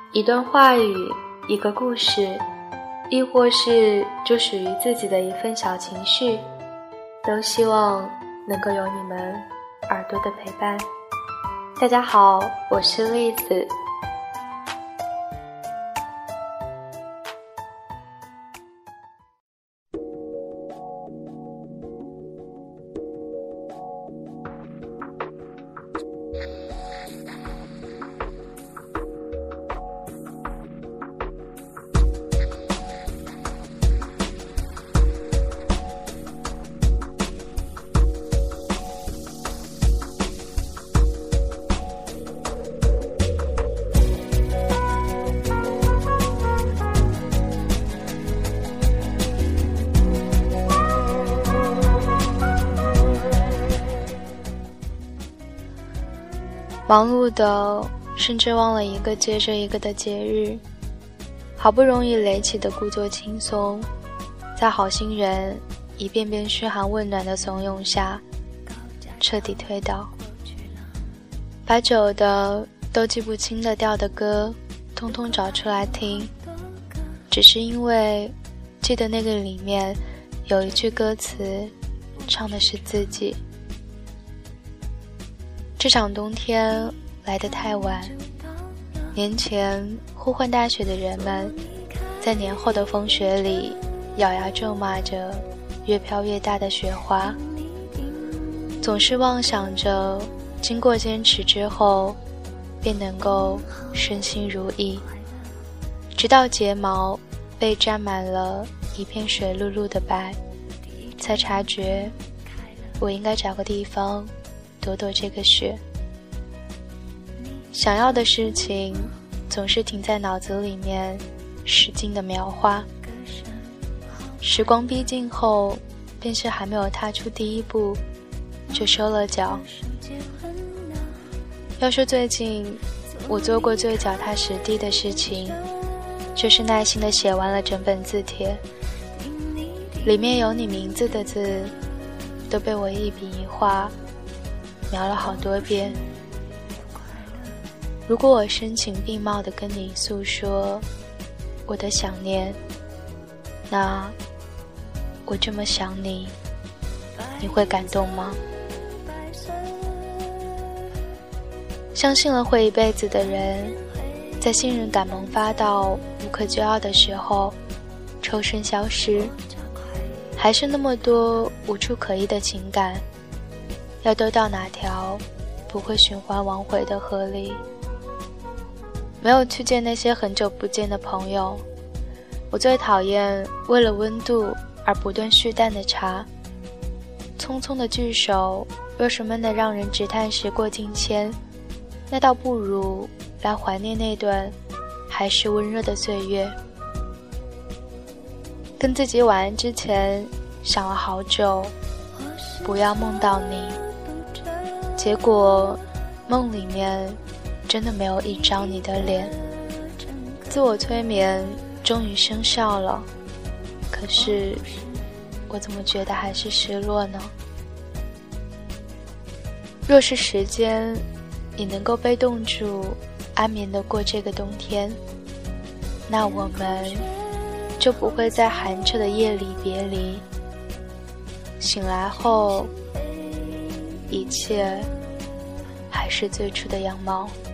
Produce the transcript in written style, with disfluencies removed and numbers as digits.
一段话语，一个故事，亦或是就属于自己的一份小情绪，都希望能够有你们耳朵的陪伴。大家好，我是栗子。忙碌的甚至忘了一个接着一个的节日，好不容易垒起的故作轻松，在好心人一遍遍嘘寒问暖的怂恿下彻底推倒，把久的都记不清的调的歌通通找出来听，只是因为记得那个里面有一句歌词唱的是自己。这场冬天来得太晚，年前呼唤大雪的人们，在年后的风雪里咬牙咒骂着越飘越大的雪花，总是妄想着经过坚持之后便能够身心如意，直到睫毛被沾满了一片水漉漉的白，才察觉我应该找个地方躲躲这个雪。想要的事情总是停在脑子里面使劲的描画，时光逼近后便是还没有踏出第一步就收了脚。要说最近我做过最脚踏实地的事情，就是耐心地写完了整本字帖，里面有你名字的字都被我一笔一画描了好多遍。如果我声情并茂地跟你诉说我的想念，那我这么想你，你会感动吗？相信了会一辈子的人，在信任感萌发到无可救药的时候抽身消失，还是那么多无处可依的情感，要丢到哪条不会循环往回的河里。没有去见那些很久不见的朋友，我最讨厌为了温度而不断续淡的茶。匆匆的聚首，若是闷得让人直叹时过境迁，那倒不如来怀念那段还是温热的岁月。跟自己晚安之前想了好久，不要梦到你，结果梦里面真的没有一张你的脸。自我催眠终于生效了，可是我怎么觉得还是失落呢？若是时间也能够被冻住，安眠地过这个冬天，那我们就不会在寒彻的夜里别离。醒来后，一切还是最初的样貌。